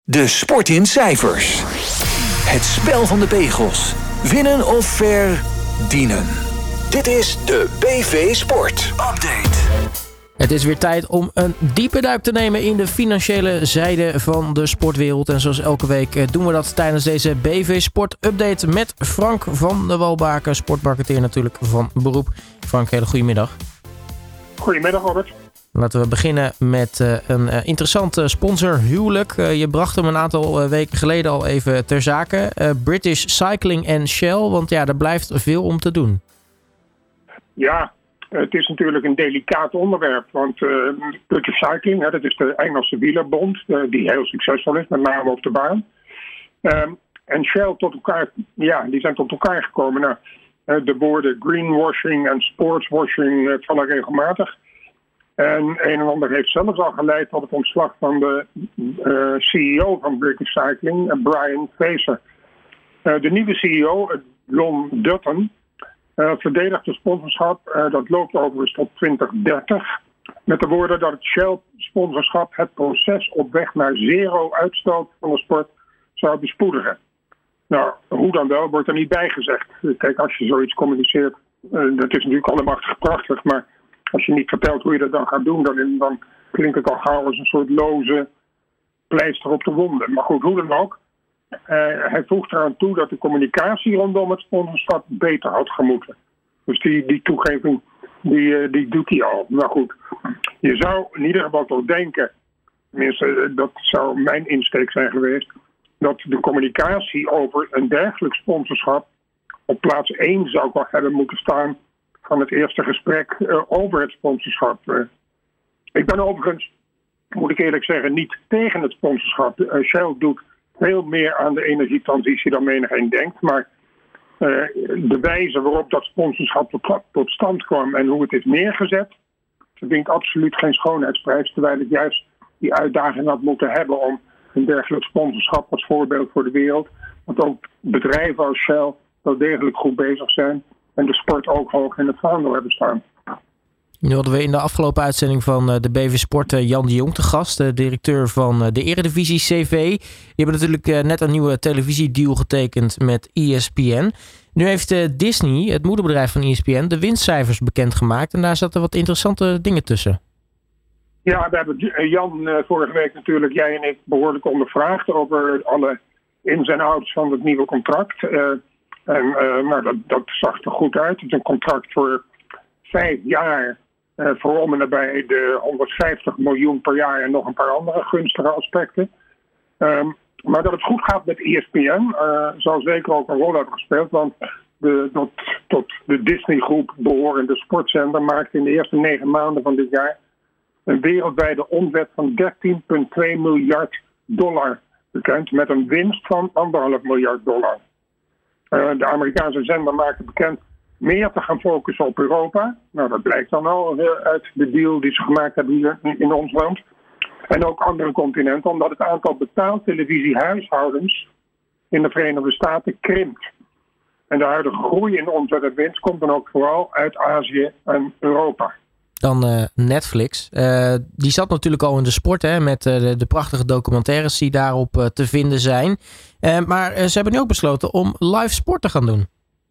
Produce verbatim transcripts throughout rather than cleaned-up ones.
De Sport in Cijfers. Het spel van de pegels. Winnen of verdienen. Dit is de B V Sport Update. Het is weer tijd om een diepe duik te nemen in de financiële zijde van de sportwereld. En zoals elke week doen we dat tijdens deze B V Sport Update met Frank van de Walbaken, sportmarketeer natuurlijk van beroep. Frank, hele goedemiddag. Goedemiddag, Robert. Laten we beginnen met uh, een uh, interessant sponsorhuwelijk. Uh, je bracht hem een aantal uh, weken geleden al even ter zake. Uh, British Cycling en Shell, want ja, er blijft veel om te doen. Ja, het is natuurlijk een delicaat onderwerp. Want uh, British Cycling, hè, dat is de Engelse wielerbond, uh, die heel succesvol is, met name op de baan. Uh, en Shell tot elkaar, ja, die zijn tot elkaar gekomen. Nou, uh, de woorden greenwashing en sportswashing uh, vallen regelmatig. En een en ander heeft zelfs al geleid tot het ontslag van de uh, C E O van British Cycling, uh, Brian Facer. Uh, de nieuwe C E O, uh, John Dutton, uh, verdedigt het sponsorschap. Uh, dat loopt overigens tot twintig dertig. Met de woorden dat het Shell-sponsorschap het proces op weg naar zero uitstoot van de sport zou bespoedigen. Nou, hoe dan wel, wordt er niet bij gezegd. Kijk, als je zoiets communiceert, uh, dat is natuurlijk allemachtig prachtig, maar als je niet vertelt hoe je dat dan gaat doen, dan, dan klinkt het al gauw als een soort loze pleister op de wonden. Maar goed, hoe dan ook. Uh, hij voegt eraan toe dat de communicatie rondom het sponsorschap beter had gemoeten. Dus die, die toegeving, die, uh, die doet hij al. Maar goed, je zou in ieder geval toch denken, tenminste dat zou mijn insteek zijn geweest, dat de communicatie over een dergelijk sponsorschap op plaats één zou wel hebben moeten staan van het eerste gesprek uh, over het sponsorschap. Uh, ik ben overigens, moet ik eerlijk zeggen, niet tegen het sponsorschap. Uh, Shell doet veel meer aan de energietransitie dan menigeen denkt. Maar uh, de wijze waarop dat sponsorschap tot, tot stand kwam en hoe het is neergezet, verdient absoluut geen schoonheidsprijs. Terwijl het juist die uitdaging had moeten hebben om een dergelijk sponsorschap als voorbeeld voor de wereld. Want ook bedrijven als Shell wel degelijk goed bezig zijn en de sport ook hoog in het vaandel hebben staan. Nu hadden we in de afgelopen uitzending van de B V Sport Jan de Jong te gast, de directeur van de Eredivisie C V. Die hebben natuurlijk net een nieuwe televisiedeal getekend met E S P N. Nu heeft Disney, het moederbedrijf van E S P N, de winstcijfers bekendgemaakt. En daar zaten wat interessante dingen tussen. Ja, we hebben Jan vorige week natuurlijk, jij en ik, behoorlijk ondervraagd over alle ins en outs van het nieuwe contract. Uh, En uh, nou, dat, dat zag er goed uit. Het is een contract voor vijf jaar. Uh, voor om en nabij de honderdvijftig miljoen per jaar en nog een paar andere gunstige aspecten. Um, maar dat het goed gaat met E S P N uh, zal zeker ook een rol hebben gespeeld. Want de, tot, tot de Disney-groep behorende sportzender maakte in de eerste negen maanden van dit jaar een wereldwijde omzet van dertien komma twee miljard dollar bekend. Met een winst van anderhalf miljard dollar. Uh, de Amerikaanse zender maakte bekend meer te gaan focussen op Europa. Nou, dat blijkt dan al uh, uit de deal die ze gemaakt hebben hier in ons land. En ook andere continenten, omdat het aantal betaaltelevisiehuishoudens in de Verenigde Staten krimpt. En de huidige groei in omzet en winst komt dan ook vooral uit Azië en Europa. Dan uh, Netflix. Uh, die zat natuurlijk al in de sport, hè, met uh, de, de prachtige documentaires die daarop uh, te vinden zijn. Uh, maar uh, ze hebben nu ook besloten om live sport te gaan doen.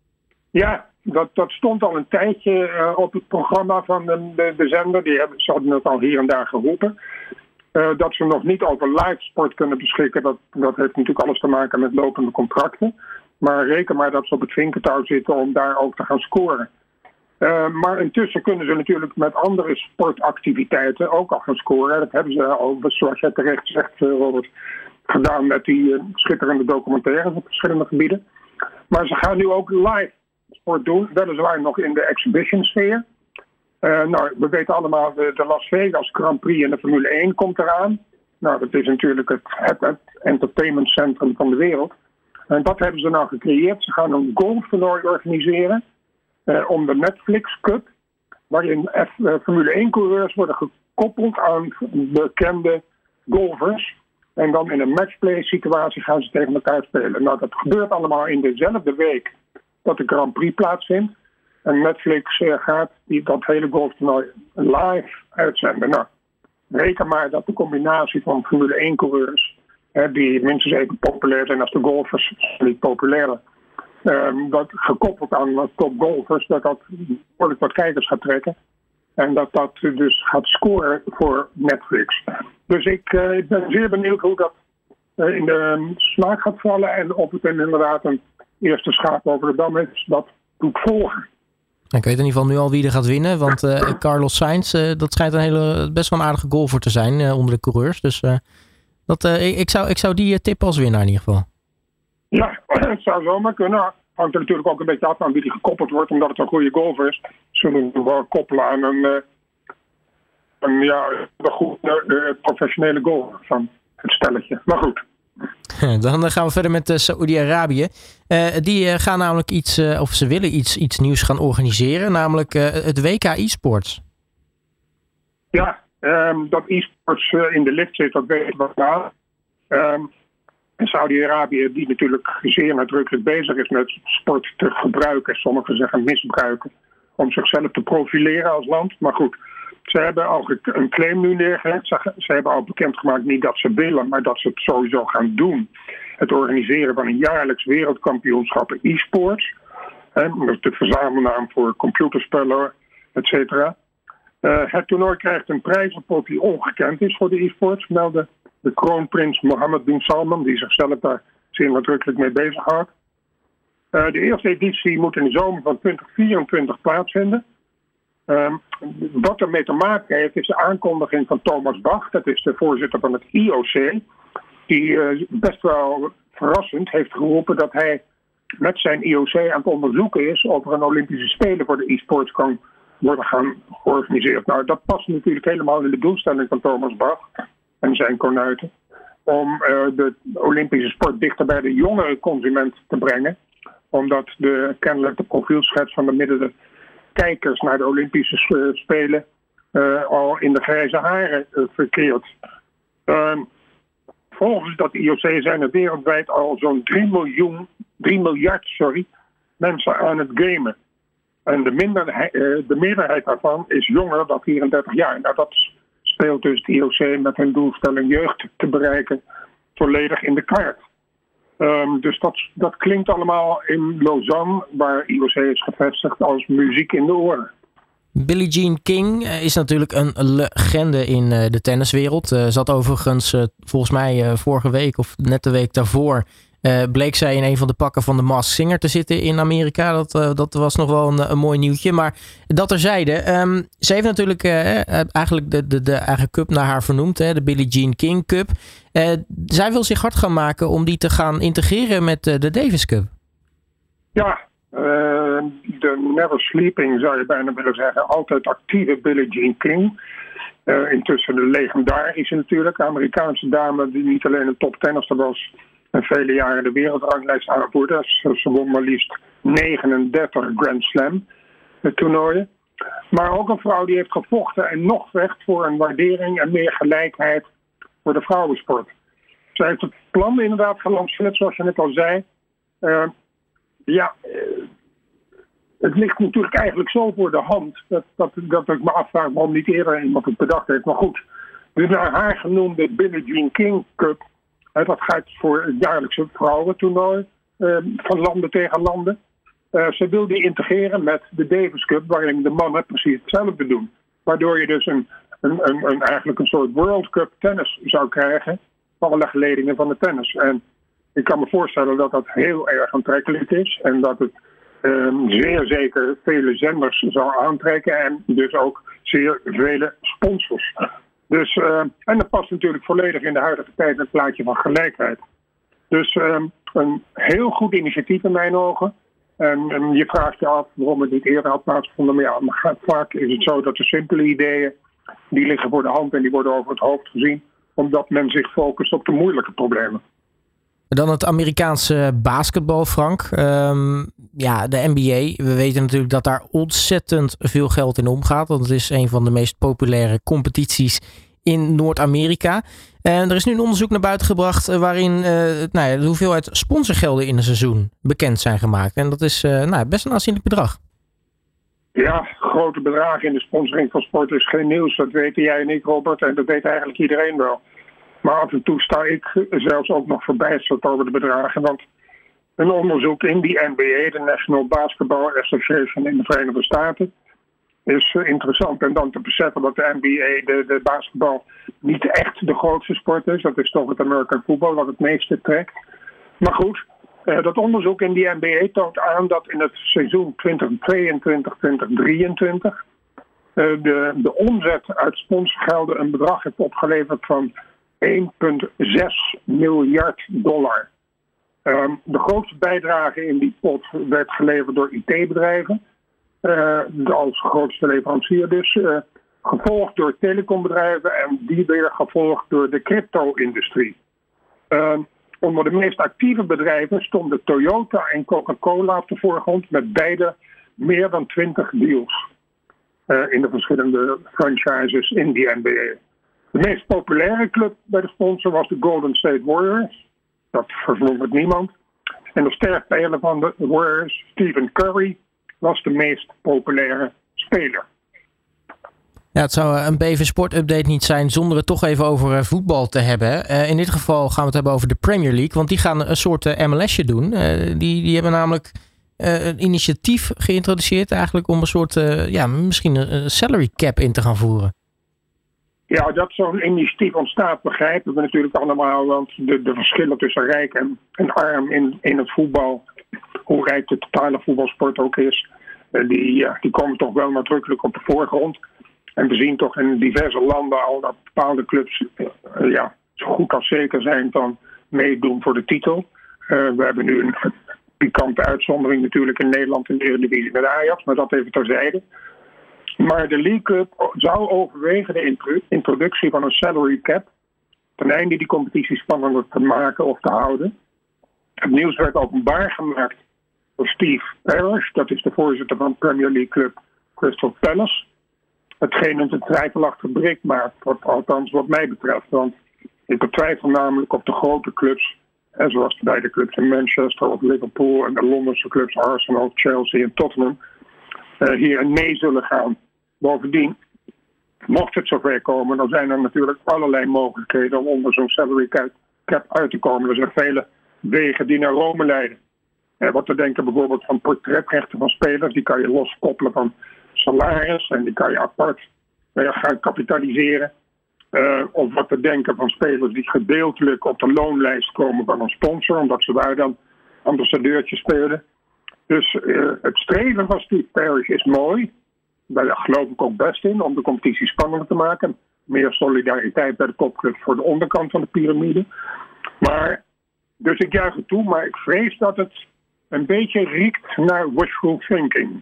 Ja, dat, dat stond al een tijdje uh, op het programma van de, de, de zender. Die hebben, ze hadden het al hier en daar geroepen. Uh, dat ze nog niet over live sport kunnen beschikken, dat, dat heeft natuurlijk alles te maken met lopende contracten. Maar reken maar dat ze op het vinkertouw zitten om daar ook te gaan scoren. Uh, maar intussen kunnen ze natuurlijk met andere sportactiviteiten ook al gaan scoren. Dat hebben ze al, zoals jij terecht zegt, Robert, gedaan met die uh, schitterende documentaires op verschillende gebieden. Maar ze gaan nu ook live sport doen, weliswaar nog in de exhibition sfeer. Uh, nou, we weten allemaal, de, de Las Vegas Grand Prix en de Formule één komt eraan. Nou, dat is natuurlijk het, het, het entertainmentcentrum van de wereld. En dat hebben ze nou gecreëerd. Ze gaan een golftoernooi organiseren. Uh, om de Netflix Cup, waarin F, uh, Formule één coureurs worden gekoppeld aan bekende golfers. En dan in een matchplay situatie gaan ze tegen elkaar spelen. Nou, dat gebeurt allemaal in dezelfde week dat de Grand Prix plaatsvindt. En Netflix uh, gaat die, dat hele golftoernooi live uitzenden. Nou, reken maar dat de combinatie van Formule één coureurs hè, die minstens even populair zijn als de golfers, niet populairder. Um, dat gekoppeld aan topgolfers, dat dat behoorlijk wat kijkers gaat trekken. En dat dat dus gaat scoren voor Netflix. Dus ik, uh, ik ben zeer benieuwd hoe dat uh, in de smaak gaat vallen. En of het inderdaad een eerste schaap over de dam is, dat doet volgen. Ik weet in ieder geval nu al wie er gaat winnen. Want uh, Carlos Sainz, uh, dat schijnt een hele, best wel een aardige golfer te zijn uh, onder de coureurs. Dus uh, dat, uh, ik, zou, ik zou die uh, tippen als winnaar in ieder geval. Ja, het zou zomaar kunnen. Hangt er natuurlijk ook een beetje af aan wie die gekoppeld wordt. Omdat het een goede golfer is, zullen we wel koppelen aan een, uh, een, ja, een goede uh, professionele golfer van het stelletje. Maar goed. Dan gaan we verder met uh, Saoedi-Arabië. Uh, die uh, gaan namelijk iets, uh, of ze willen iets, iets nieuws gaan organiseren. Namelijk uh, het W K e-sports. Ja, um, dat e-sports uh, in de lift zit, dat weten we wel. Um, En Saudi-Arabië, die natuurlijk zeer nadrukkelijk bezig is met sport te gebruiken, sommigen zeggen misbruiken, om zichzelf te profileren als land. Maar goed, ze hebben al een claim nu neergelegd. Ze, ze hebben al bekendgemaakt niet dat ze willen, maar dat ze het sowieso gaan doen. Het organiseren van een jaarlijks wereldkampioenschap e-sports. Hè, dat is de verzamelnaam voor computerspellen, et cetera. Uh, het toernooi krijgt een prijzenpot die ongekend is voor de e-sports, melden de kroonprins Mohammed bin Salman, die zichzelf daar zeer nadrukkelijk mee bezighoudt. Uh, de eerste editie moet in de zomer van twintig vierentwintig plaatsvinden. Uh, wat ermee te maken heeft, is de aankondiging van Thomas Bach, dat is de voorzitter van het I O C, die uh, best wel verrassend heeft geroepen dat hij met zijn I O C aan het onderzoeken is of er een Olympische Spelen voor de e-sports kan worden gaan georganiseerd. Nou, dat past natuurlijk helemaal in de doelstelling van Thomas Bach en zijn konuiten, om uh, de Olympische sport dichter bij de jongere consument te brengen. Omdat de, kennelijk de profielschets van de middelde kijkers naar de Olympische Spelen uh, al in de grijze haren uh, verkeert. Uh, volgens dat I O C zijn er wereldwijd al zo'n drie miljoen, drie miljard sorry, mensen aan het gamen. En de, minderheid, uh, de meerderheid daarvan is jonger dan vierendertig jaar. Nou, dat speelt dus het I O C met hun doelstelling jeugd te bereiken volledig in de kaart. Um, dus dat, dat klinkt allemaal in Lausanne, waar I O C is gevestigd, als muziek in de oren. Billie Jean King is natuurlijk een legende in de tenniswereld. Uh, zat overigens uh, volgens mij uh, vorige week of net de week daarvoor Uh, bleek zij in een van de pakken van de Masked Singer te zitten in Amerika. Dat, uh, dat was nog wel een, een mooi nieuwtje. Maar dat terzijde. Um, ze heeft natuurlijk uh, eigenlijk de, de, de eigen cup naar haar vernoemd. Hè, de Billie Jean King Cup. Uh, zij wil zich hard gaan maken om die te gaan integreren met uh, de Davis Cup. Ja, uh, de never sleeping zou je bijna willen zeggen. Altijd actieve Billie Jean King. Uh, intussen de legendarische natuurlijk. Amerikaanse dame die niet alleen een top tennister was en vele jaren de wereldranglijst aanvoerde. Ze won maar liefst negenendertig Grand Slam toernooien. Maar ook een vrouw die heeft gevochten en nog vecht voor een waardering en meer gelijkheid voor de vrouwensport. Zij heeft het plan inderdaad gelanceerd, zoals je net al zei. Uh, ja, uh, het ligt natuurlijk eigenlijk zo voor de hand dat, dat, dat ik me afvraag waarom niet eerder iemand het bedacht heeft. Maar goed, de naar haar genoemde Billie Jean King Cup, dat gaat voor het jaarlijkse vrouwentoernooi uh, van landen tegen landen. Uh, ze wil die integreren met de Davis Cup, waarin de mannen precies hetzelfde doen. Waardoor je dus een, een, een, een, eigenlijk een soort World Cup tennis zou krijgen van alle geledingen van de tennis. En ik kan me voorstellen dat dat heel erg aantrekkelijk is en dat het um, zeer zeker vele zenders zou aantrekken en dus ook zeer vele sponsors. Dus, uh, en dat past natuurlijk volledig in de huidige tijd het plaatje van gelijkheid. Dus um, een heel goed initiatief in mijn ogen. En, en je vraagt je af waarom het niet eerder had plaatsgevonden. Maar ja, maar vaak is het zo dat de simpele ideeën, die liggen voor de hand en die worden over het hoofd gezien. Omdat men zich focust op de moeilijke problemen. Dan het Amerikaanse basketbal, Frank. Um, ja, de N B A. We weten natuurlijk dat daar ontzettend veel geld in omgaat. Want het is een van de meest populaire competities in Noord-Amerika. En er is nu een onderzoek naar buiten gebracht waarin uh, nou ja, de hoeveelheid sponsorgelden in een seizoen bekend zijn gemaakt. En dat is uh, nou, best een aanzienlijk bedrag. Ja, grote bedragen in de sponsoring van sport is geen nieuws. Dat weten jij en ik, Robert. En dat weet eigenlijk iedereen wel. Maar af en toe sta ik zelfs ook nog verbijsterd over de bedragen. Want een onderzoek in die N B A, de National Basketball Association in de Verenigde Staten, is interessant. En dan te beseffen dat de N B A, de, de basketbal, niet echt de grootste sport is. Dat is toch het American football wat het meeste trekt. Maar goed, uh, dat onderzoek in die N B A toont aan dat in het seizoen twintig tweeëntwintig twintig drieëntwintig uh, de, de omzet uit sponsorgelden een bedrag heeft opgeleverd van één komma zes miljard dollar. Um, de grootste bijdrage in die pot werd geleverd door I T-bedrijven. Uh, als grootste leverancier dus. Uh, gevolgd door telecombedrijven en die weer gevolgd door de crypto-industrie. Uh, onder de meest actieve bedrijven stonden Toyota en Coca-Cola op de voorgrond met beide meer dan twintig deals. Uh, in de verschillende franchises in die N B A. De meest populaire club bij de sponsor was de Golden State Warriors. Dat verwondert niemand. En de sterkspeler van de Warriors, Stephen Curry, was de meest populaire speler. Ja, het zou een B V Sport update niet zijn zonder het toch even over voetbal te hebben. Uh, in dit geval gaan we het hebben over de Premier League. Want die gaan een soort uh, M L S'je doen. Uh, die, die hebben namelijk uh, een initiatief geïntroduceerd eigenlijk om een soort, uh, ja, misschien een salary cap in te gaan voeren. Ja, dat zo'n initiatief ontstaat begrijpen we natuurlijk allemaal. Want de, de verschillen tussen rijk en, en arm in, in het voetbal, hoe rijk de totale voetbalsport ook is, die, ja, die komen toch wel nadrukkelijk op de voorgrond. En we zien toch in diverse landen al dat bepaalde clubs uh, ja, zo goed als zeker zijn van meedoen voor de titel. Uh, we hebben nu een pikante uitzondering natuurlijk in Nederland in de Eredivisie met Ajax, maar dat even terzijde. Maar de League Cup zou overwegen de introductie van een salary cap ten einde die competitie spannender te maken of te houden. Het nieuws werd openbaar gemaakt door Steve Parish, dat is de voorzitter van Premier League club Crystal Palace. Hetgeen het een twijfelachtig bericht maakt, wat, althans wat mij betreft. Want ik betwijfel namelijk of de grote clubs, en zoals de beide clubs in Manchester of Liverpool en de Londense clubs Arsenal, Chelsea en Tottenham, uh, hier mee zullen gaan. Bovendien, mocht het zover komen, dan zijn er natuurlijk allerlei mogelijkheden om onder zo'n salary cap uit te komen. Er zijn vele wegen die naar Rome leiden. En wat te denken bijvoorbeeld van portretrechten van spelers, die kan je loskoppelen van salaris en die kan je apart uh, gaan kapitaliseren. Uh, of wat te denken van spelers die gedeeltelijk op de loonlijst komen van een sponsor, omdat ze daar dan ambassadeurtje spelen. Dus uh, het streven van Steve Parish is mooi. Daar geloof ik ook best in, om de competitie spannender te maken. Meer solidariteit bij de topclubs voor de onderkant van de piramide. Maar, dus ik juich het toe, maar ik vrees dat het een beetje riekt naar wishful thinking.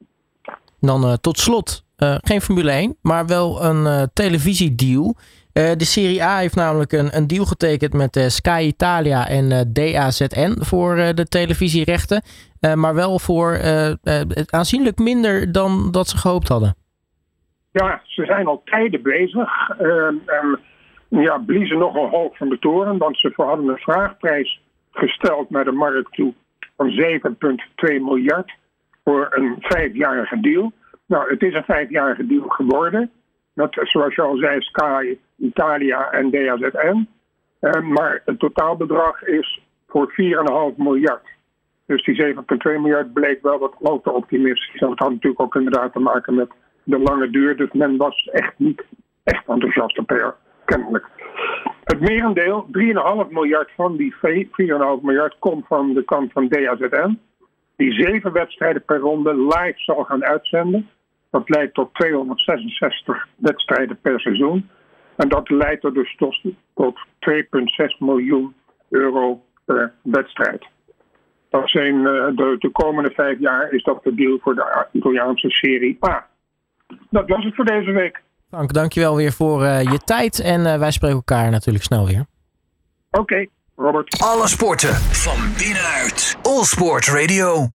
Dan uh, tot slot, uh, geen Formule één, maar wel een uh, televisiedeal. Uh, de Serie A heeft namelijk een, een deal getekend met uh, Sky Italia en uh, D A Z N voor uh, de televisierechten. Uh, maar wel voor uh, uh, aanzienlijk minder dan dat ze gehoopt hadden. Ja, ze zijn al tijden bezig. Uh, en ja, bliezen nogal hoog van de toren. Want ze hadden een vraagprijs gesteld naar de markt toe van zeven komma twee miljard voor een vijfjarige deal. Nou, het is een vijfjarige deal geworden. Met, zoals je al zei, Sky Italia en D A Z N. Uh, maar het totaalbedrag is voor vier komma vijf miljard. Dus die zeven komma twee miljard bleek wel wat al te optimistisch. En dat had natuurlijk ook inderdaad te maken met de lange duur. Dus men was echt niet echt enthousiast op haar, kennelijk. Het merendeel, drie komma vijf miljard van die vier komma vijf miljard, komt van de kant van D A Z N. Die zeven wedstrijden per ronde live zal gaan uitzenden. Dat leidt tot tweehonderdzesenzestig wedstrijden per seizoen. En dat leidt er dus tot, tot twee komma zes miljoen euro per wedstrijd. Dat zijn de, de komende vijf jaar is dat de deal voor de Italiaanse Serie A. Dat was het voor deze week. Frank, dankjewel weer voor uh, je tijd. En uh, wij spreken elkaar natuurlijk snel weer. Oké, okay, Robert. Alle sporten van binnenuit. All Sport Radio.